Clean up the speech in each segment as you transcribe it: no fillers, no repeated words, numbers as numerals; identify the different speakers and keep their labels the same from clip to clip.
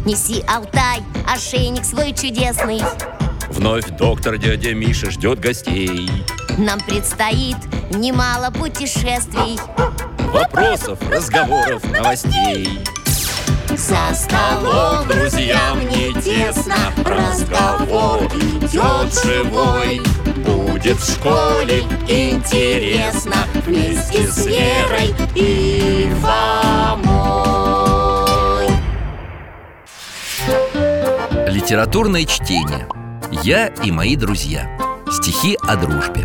Speaker 1: Неси, Алтай, ошейник свой чудесный.
Speaker 2: Вновь доктор дядя Миша ждет гостей.
Speaker 1: Нам предстоит немало путешествий,
Speaker 2: Вопросов, разговоров, новостей.
Speaker 1: за столом
Speaker 2: Друзьям не тесно, разговор идет живой. Будет в школе интересно вместе с Верой и Фомой.
Speaker 3: Литературное чтение. Я и мои друзья. Стихи о дружбе.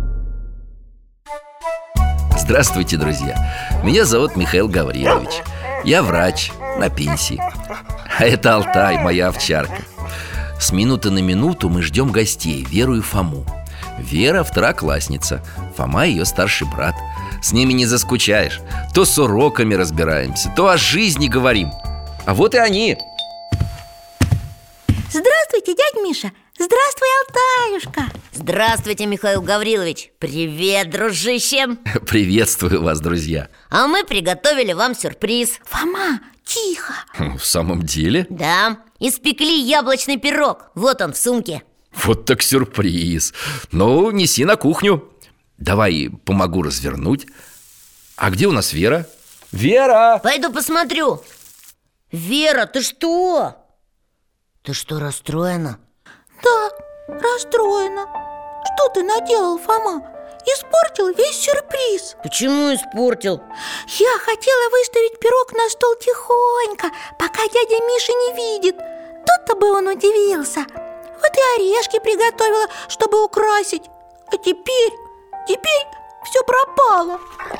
Speaker 3: Здравствуйте, друзья. Меня зовут Михаил Гаврилович. Я врач на пенсии. А это Алтай, моя овчарка. С минуты на минуту мы ждем гостей, Веру и Фому. Вера второклассница, Фома ее старший брат. С ними не заскучаешь. То с уроками разбираемся, то о жизни говорим. А вот и они.
Speaker 4: Здравствуйте, дядь Миша. Здравствуй, Алтаюшка.
Speaker 1: Здравствуйте, Михаил Гаврилович. Привет, дружище.
Speaker 3: Приветствую вас, друзья.
Speaker 1: А мы приготовили вам сюрприз.
Speaker 4: Фома, тихо.
Speaker 3: В самом деле?
Speaker 1: Да, испекли яблочный пирог. Вот он в сумке.
Speaker 3: Вот так сюрприз. Ну, неси на кухню. Давай помогу развернуть. А где у нас Вера? Вера!
Speaker 1: Пойду посмотрю. Вера, ты что? Ты что, расстроена?
Speaker 4: Да, расстроена. Что ты наделал, Фома? Испортил весь сюрприз.
Speaker 1: Почему испортил?
Speaker 4: Я хотела выставить пирог на стол тихонько, пока дядя Миша не видит. Тут-то бы он удивился. Вот и орешки приготовила, чтобы украсить. А теперь все пропало.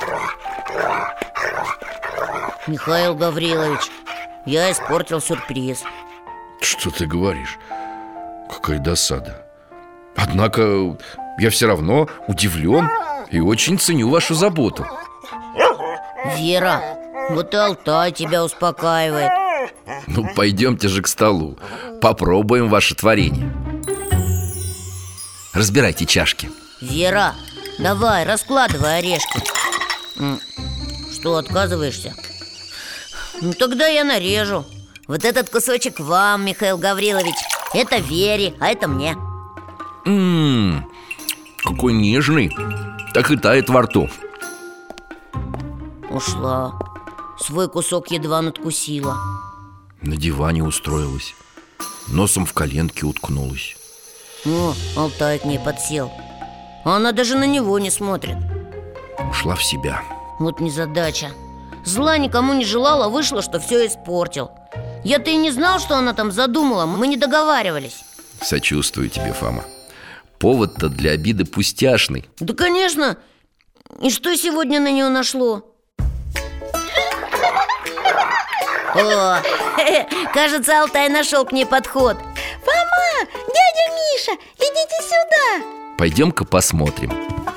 Speaker 1: Михаил Гаврилович, я испортил сюрприз.
Speaker 3: Что ты говоришь? Какая досада. Однако я все равно удивлен и очень ценю вашу заботу.
Speaker 1: Вера, вот и Алтай тебя успокаивает.
Speaker 3: Ну, пойдемте же к столу. Попробуем ваше творение. Разбирайте чашки.
Speaker 1: Вера, давай, раскладывай орешки. Что, отказываешься? Ну, тогда я нарежу. Вот этот кусочек вам, Михаил Гаврилович. Это Вере, а это мне.
Speaker 3: Какой нежный. Так и тает во рту.
Speaker 1: Ушла. Свой кусок едва надкусила.
Speaker 3: На диване устроилась. Носом в коленки уткнулась.
Speaker 1: О, Алтай к ней подсел. А она даже на него не смотрит.
Speaker 3: Ушла в себя.
Speaker 1: Вот незадача. Зла никому не желала, вышло, что все испортил. Я-то и не знал, что она там задумала. Мы не договаривались.
Speaker 3: Сочувствую тебе, Фома. Повод-то для обиды пустяшный.
Speaker 1: Да, конечно. И что сегодня на нее нашло? О, кажется, Алтай нашел к ней подход.
Speaker 4: Фома, дядя Миша, идите сюда.
Speaker 3: Пойдем-ка посмотрим.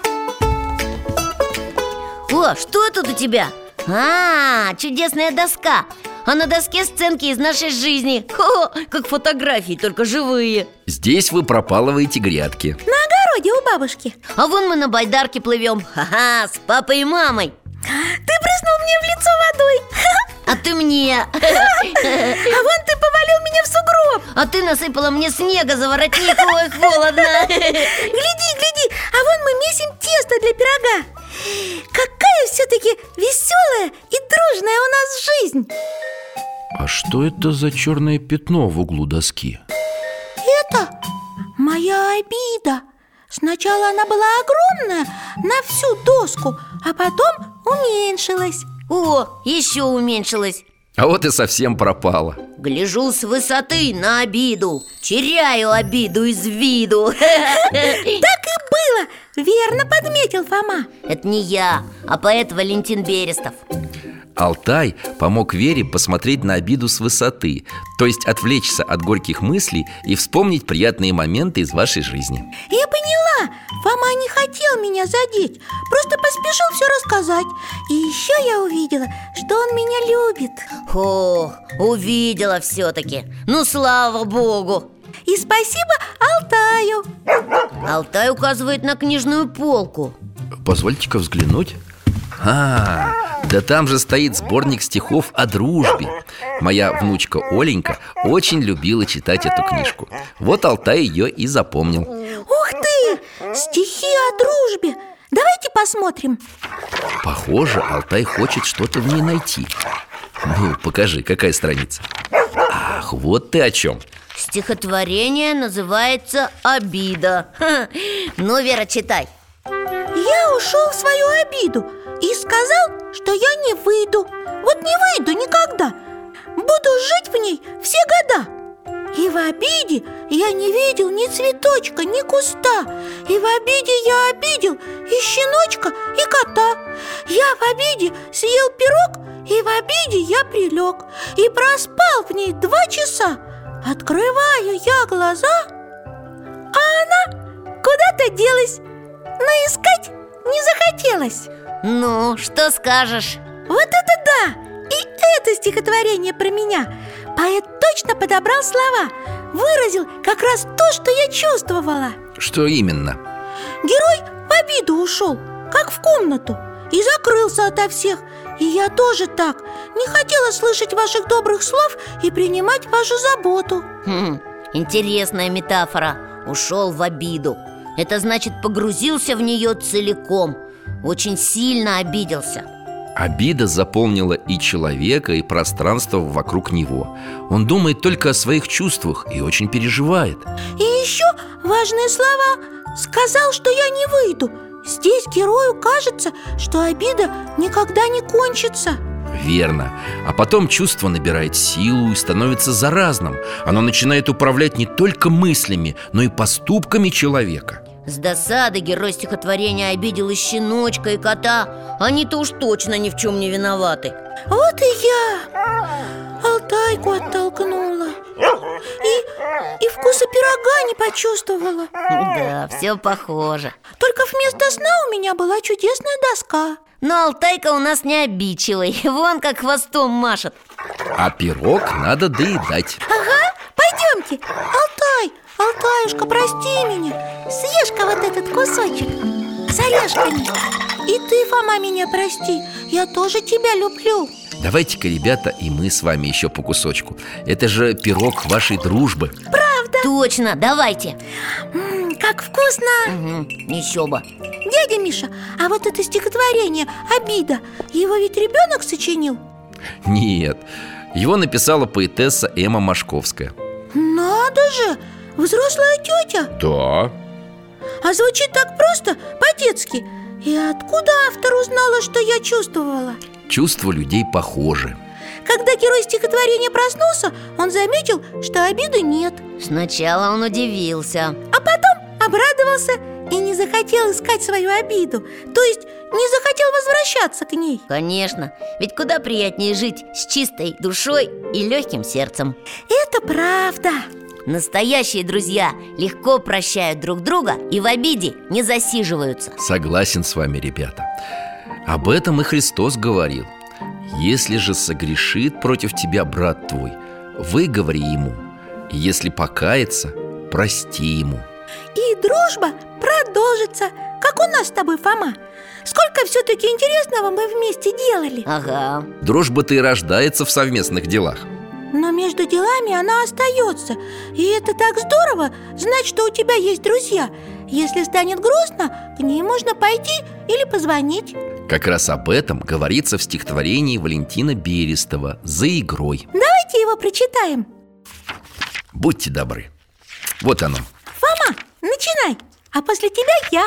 Speaker 1: О, что тут у тебя? Чудесная доска. А на доске сценки из нашей жизни. Как фотографии, только живые.
Speaker 3: Здесь вы пропалываете грядки.
Speaker 4: На огороде у бабушки.
Speaker 1: А вон мы на байдарке плывем. С папой и мамой.
Speaker 4: Ты прыснул мне в лицо водой.
Speaker 1: А ты мне.
Speaker 4: А вон ты повалил меня в сугроб.
Speaker 1: А ты насыпала мне снега за воротник. Ой, холодно.
Speaker 4: Гляди, а вон мы месим тесто для пирога. Какая все-таки веселая и дружная у нас жизнь.
Speaker 3: А что это за черное пятно в углу доски?
Speaker 4: Это моя обида. Сначала она была огромная, на всю доску, а потом уменьшилась.
Speaker 1: О, еще уменьшилась.
Speaker 3: А вот и совсем пропала.
Speaker 1: Гляжу с высоты на обиду, теряю обиду из виду.
Speaker 4: Так и было, верно подметил Фома.
Speaker 1: Это не я, а поэт Валентин Берестов.
Speaker 3: Алтай помог Вере посмотреть на обиду с высоты, то есть отвлечься от горьких мыслей и вспомнить приятные моменты из вашей жизни.
Speaker 4: Я поняла, Фома не хотел меня задеть, просто поспешил все рассказать. И еще я увидела, что он меня любит.
Speaker 1: Ох, увидела все-таки. Ну, слава богу.
Speaker 4: И спасибо Алтаю.
Speaker 1: Алтай указывает на книжную полку.
Speaker 3: Позвольте-ка взглянуть. Да там же стоит сборник стихов о дружбе. Моя внучка Оленька очень любила читать эту книжку. Вот Алтай ее и запомнил.
Speaker 4: Ух ты! Стихи о дружбе! Давайте посмотрим.
Speaker 3: Похоже, Алтай хочет что-то в ней найти. Ну, покажи, какая страница. Ах, вот ты о чем.
Speaker 1: Стихотворение называется «Обида». Ну, Вера, читай.
Speaker 4: Я ушел в свою обиду и сказал, что я не выйду. Вот не выйду никогда. Буду жить в ней все года. И в обиде я не видел ни цветочка, ни куста. И в обиде я обидел и щеночка, и кота. Я в обиде съел пирог, и в обиде я прилег. И проспал в ней 2 часа. Открываю я глаза, а она куда-то делась, но искать не захотелось.
Speaker 1: Ну, что скажешь?
Speaker 4: Вот это да! И это стихотворение про меня. Поэт точно подобрал слова, выразил как раз то, что я чувствовала.
Speaker 3: Что именно?
Speaker 4: Герой в обиду ушел, как в комнату, и закрылся ото всех. И я тоже так. Не хотела слышать ваших добрых слов и принимать вашу заботу.
Speaker 1: Интересная метафора. Ушел в обиду. Это значит, погрузился в нее целиком. Очень сильно обиделся.
Speaker 3: Обида заполнила и человека, и пространство вокруг него. Он думает только о своих чувствах и очень переживает.
Speaker 4: И еще важные слова. Сказал, что я не выйду. Здесь герою кажется, что обида никогда не кончится.
Speaker 3: Верно. А потом чувство набирает силу и становится заразным. Оно начинает управлять не только мыслями, но и поступками человека.
Speaker 1: С досады герой стихотворения обидел и щеночка, и кота. Они-то уж точно ни в чем не виноваты.
Speaker 4: Вот и я Алтайку оттолкнула. И вкуса пирога не почувствовала.
Speaker 1: Да, все похоже.
Speaker 4: Только вместо сна у меня была чудесная доска.
Speaker 1: Но Алтайка у нас не обидчивый. Вон как хвостом машет.
Speaker 3: А пирог надо доедать.
Speaker 4: Ага, пойдемте. Алтаюшка, прости меня. Съешь-ка вот этот кусочек с орешками. И ты, Фома, меня прости. Я тоже тебя люблю.
Speaker 3: Давайте-ка, ребята, и мы с вами еще по кусочку. Это же пирог вашей дружбы.
Speaker 4: Правда?
Speaker 1: Точно, давайте.
Speaker 4: Как вкусно.
Speaker 1: Еще бы.
Speaker 4: Дядя Миша, а вот это стихотворение «Обида», его ведь ребенок сочинил?
Speaker 3: Нет, его написала поэтесса Эмма Машковская.
Speaker 4: Надо же, взрослая тетя.
Speaker 3: Да.
Speaker 4: А звучит так просто, по-детски. И откуда автор узнала, что я чувствовала?
Speaker 3: Чувства людей похожи.
Speaker 4: Когда герой стихотворения проснулся, он заметил, что обиды нет.
Speaker 1: Сначала он удивился,
Speaker 4: а потом обрадовался и не захотел искать свою обиду. То есть не захотел возвращаться к ней.
Speaker 1: Конечно, ведь куда приятнее жить с чистой душой и легким сердцем.
Speaker 4: Это правда.
Speaker 1: Настоящие друзья легко прощают друг друга и в обиде не засиживаются.
Speaker 3: Согласен с вами, ребята. Об этом и Христос говорил. Если же согрешит против тебя брат твой, выговори ему. И если покается, прости ему.
Speaker 4: И дружба продолжится, как у нас с тобой, Фома. Сколько все-таки интересного мы вместе делали.
Speaker 1: Ага.
Speaker 3: Дружба-то и рождается в совместных делах.
Speaker 4: Но между делами она остается. И это так здорово, знать, что у тебя есть друзья. Если станет грустно, к ней можно пойти или позвонить.
Speaker 3: Как раз об этом говорится в стихотворении Валентина Берестова «За игрой».
Speaker 4: Давайте его прочитаем.
Speaker 3: Будьте добры. Вот оно.
Speaker 4: Фома, начинай, а после тебя я.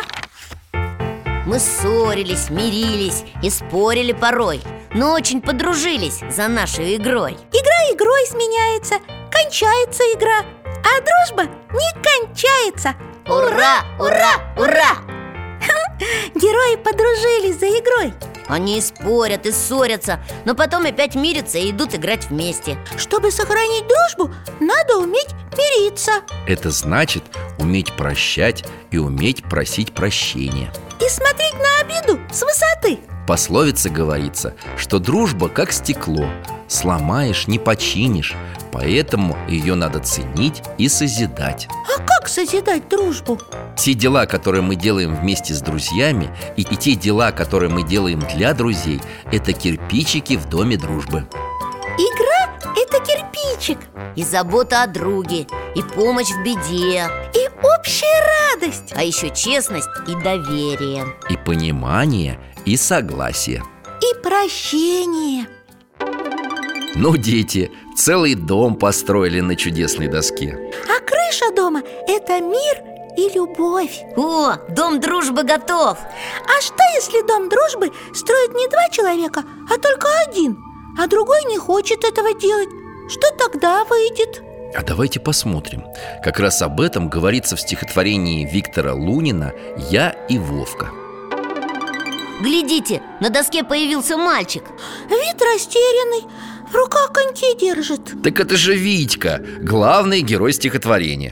Speaker 1: Мы ссорились, мирились и спорили порой, но очень подружились за нашей игрой.
Speaker 4: Игра игрой сменяется, кончается игра, а дружба не кончается.
Speaker 1: Ура, ура, ура!
Speaker 4: Герои подружились за игрой.
Speaker 1: Они и спорят, и ссорятся, но потом опять мирятся и идут играть вместе.
Speaker 4: Чтобы сохранить дружбу, надо уметь мириться.
Speaker 3: Это значит уметь прощать и уметь просить прощения.
Speaker 4: И смотреть на обиду с высоты.
Speaker 3: В пословице говорится, что дружба как стекло. сломаешь, не починишь. Поэтому ее надо ценить и созидать.
Speaker 4: А как созидать дружбу?
Speaker 3: Те дела, которые мы делаем вместе с друзьями, и те дела, которые мы делаем для друзей, это кирпичики в доме дружбы.
Speaker 4: Игра – это кирпичик.
Speaker 1: И забота о друге, и помощь в беде,
Speaker 4: И общая радость.
Speaker 1: а еще честность и доверие.
Speaker 3: И понимание, и согласие.
Speaker 4: И прощение.
Speaker 3: Ну, дети, целый дом построили на чудесной доске.
Speaker 4: А крыша дома – это мир и любовь.
Speaker 1: О, дом дружбы готов!
Speaker 4: А что, если дом дружбы строит не 2 человека, а только 1, а другой не хочет этого делать? Что тогда выйдет?
Speaker 3: А давайте посмотрим. Как раз об этом говорится в стихотворении Виктора Лунина «Я и Вовка».
Speaker 1: Глядите, на доске появился мальчик.
Speaker 4: Вид растерянный, в руках коньки держит.
Speaker 3: Так это же Витька, главный герой стихотворения.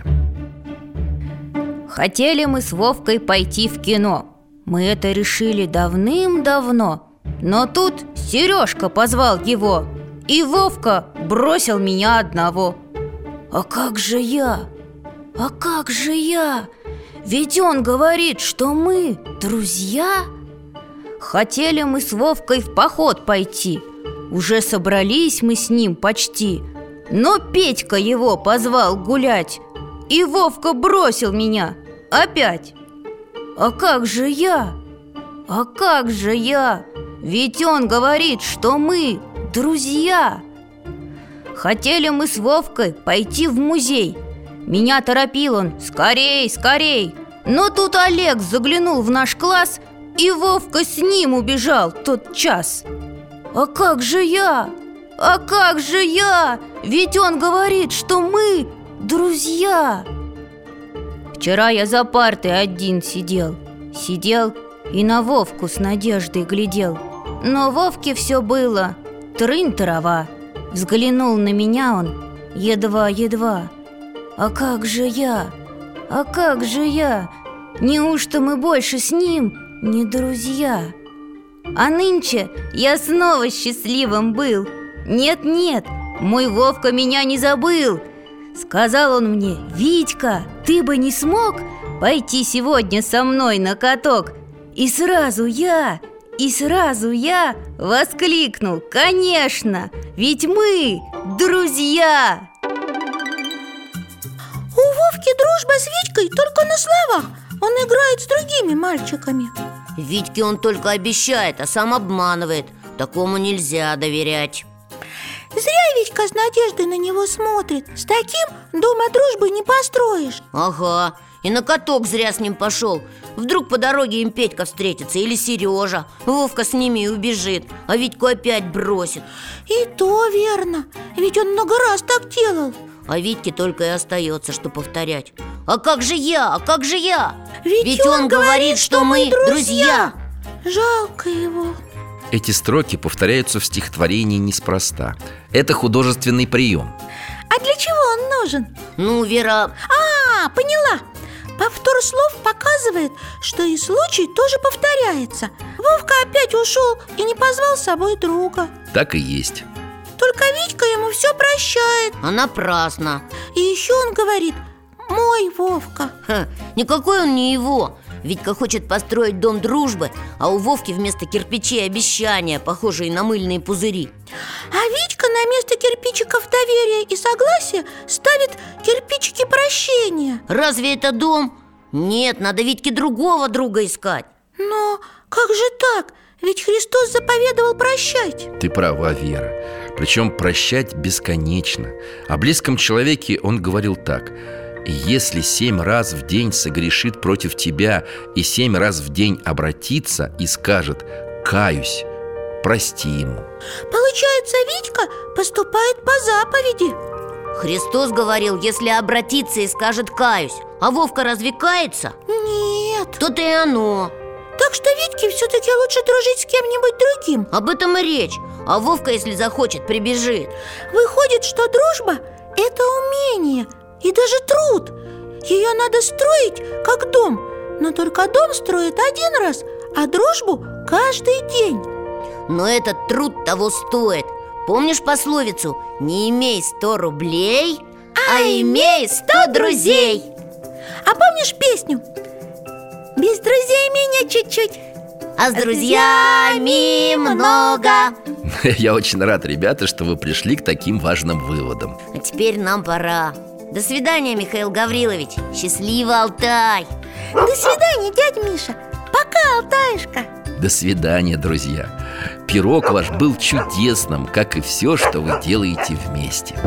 Speaker 5: Хотели мы с Вовкой пойти в кино. Мы это решили давным-давно. Но тут Сережка позвал его, и Вовка бросил меня одного. А как же я? А как же я? Ведь он говорит, что мы друзья. Хотели мы с Вовкой в поход пойти. Уже собрались мы с ним почти. Но Петька его позвал гулять, и Вовка бросил меня опять. А как же я? А как же я? Ведь он говорит, что мы друзья. Хотели мы с Вовкой пойти в музей. Меня торопил он: скорей, скорей. Но тут Олег заглянул в наш класс, и Вовка с ним убежал тот час. А как же я? А как же я? Ведь он говорит, что мы друзья. Вчера я за партой один сидел и на Вовку с надеждой глядел. Но Вовке все было трын-трава. Взглянул на меня он едва-едва. А как же я? А как же я? Неужто мы больше с ним не друзья? А нынче я снова счастливым был. Нет-нет, мой Вовка меня не забыл. Сказал он мне: Витька, ты бы не смог пойти сегодня со мной на каток? И сразу я воскликнул: конечно, ведь мы друзья!
Speaker 4: У Вовки дружба с Витькой только на словах. Он играет с другими мальчиками.
Speaker 1: Витьке он только обещает, а сам обманывает. Такому нельзя доверять.
Speaker 4: Зря Витька с надеждой на него смотрит. С таким дома дружбы не построишь.
Speaker 1: Ага, и на каток зря с ним пошел. Вдруг по дороге им Петька встретится или Сережа. Вовка с ними и убежит, а Витьку опять бросит.
Speaker 4: И то верно, ведь он много раз так делал.
Speaker 1: А Витьке только и остается, что повторять: а как же я? А как же я?
Speaker 4: Ведь
Speaker 1: он говорит, что мы друзья.
Speaker 4: Жалко его.
Speaker 3: Эти строки повторяются в стихотворении неспроста. Это художественный прием.
Speaker 4: А для чего он нужен?
Speaker 1: Ну, Вера...
Speaker 4: Поняла. Повтор слов показывает, что и случай тоже повторяется. Вовка опять ушел и не позвал с собой друга.
Speaker 3: Так и есть.
Speaker 4: Только Витька ему все прощает.
Speaker 1: А напрасно.
Speaker 4: И еще он говорит: мой Вовка.
Speaker 1: Никакой он не его. Витька хочет построить дом дружбы, а у Вовки вместо кирпичей обещания, похожие на мыльные пузыри.
Speaker 4: А Витька на место кирпичиков доверия и согласия ставит кирпичики прощения.
Speaker 1: Разве это дом? Нет, надо Витьке другого друга искать.
Speaker 4: Но как же так? Ведь Христос заповедовал прощать.
Speaker 3: Ты права, Вера. Причем прощать бесконечно. О близком человеке он говорил так: если 7 раз в день согрешит против тебя и 7 раз в день обратится и скажет: каюсь, прости ему.
Speaker 4: Получается, Витька поступает по заповеди.
Speaker 1: Христос говорил, если обратится и скажет каюсь. А Вовка разве кается?
Speaker 4: Нет.
Speaker 1: То-то и оно.
Speaker 4: Так что Витьке все-таки лучше дружить с кем-нибудь другим.
Speaker 1: Об этом и речь. А Вовка, если захочет, прибежит.
Speaker 4: Выходит, что дружба – это умение и даже труд. Ее надо строить, как дом. Но только дом строит один раз, а дружбу каждый день.
Speaker 1: Но этот труд того стоит. Помнишь пословицу «Не имей 100 рублей, а имей 100 друзей»?
Speaker 4: А помнишь песню «Без друзей меня чуть-чуть,
Speaker 1: а с друзьями много»?
Speaker 3: Я очень рад, ребята, что вы пришли к таким важным выводам.
Speaker 1: А теперь нам пора. До свидания, Михаил Гаврилович. Счастливо, Алтай.
Speaker 4: До свидания, дядя Миша. Пока, Алтаюшка.
Speaker 3: До свидания, друзья. Пирог ваш был чудесным, как и все, что вы делаете вместе.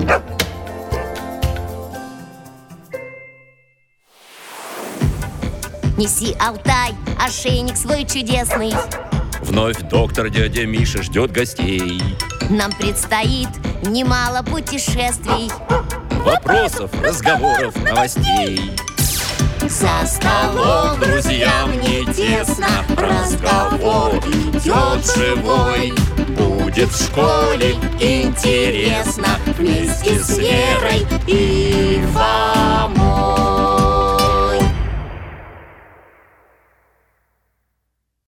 Speaker 1: Неси, Алтай, ошейник свой чудесный.
Speaker 2: Вновь доктор дядя Миша ждет гостей.
Speaker 1: Нам предстоит немало путешествий,
Speaker 2: Вопросов, разговоров, новостей.
Speaker 1: за столом
Speaker 2: Друзьям не тесно, разговор идет живой. Будет в школе интересно вместе с Верой и Фомой.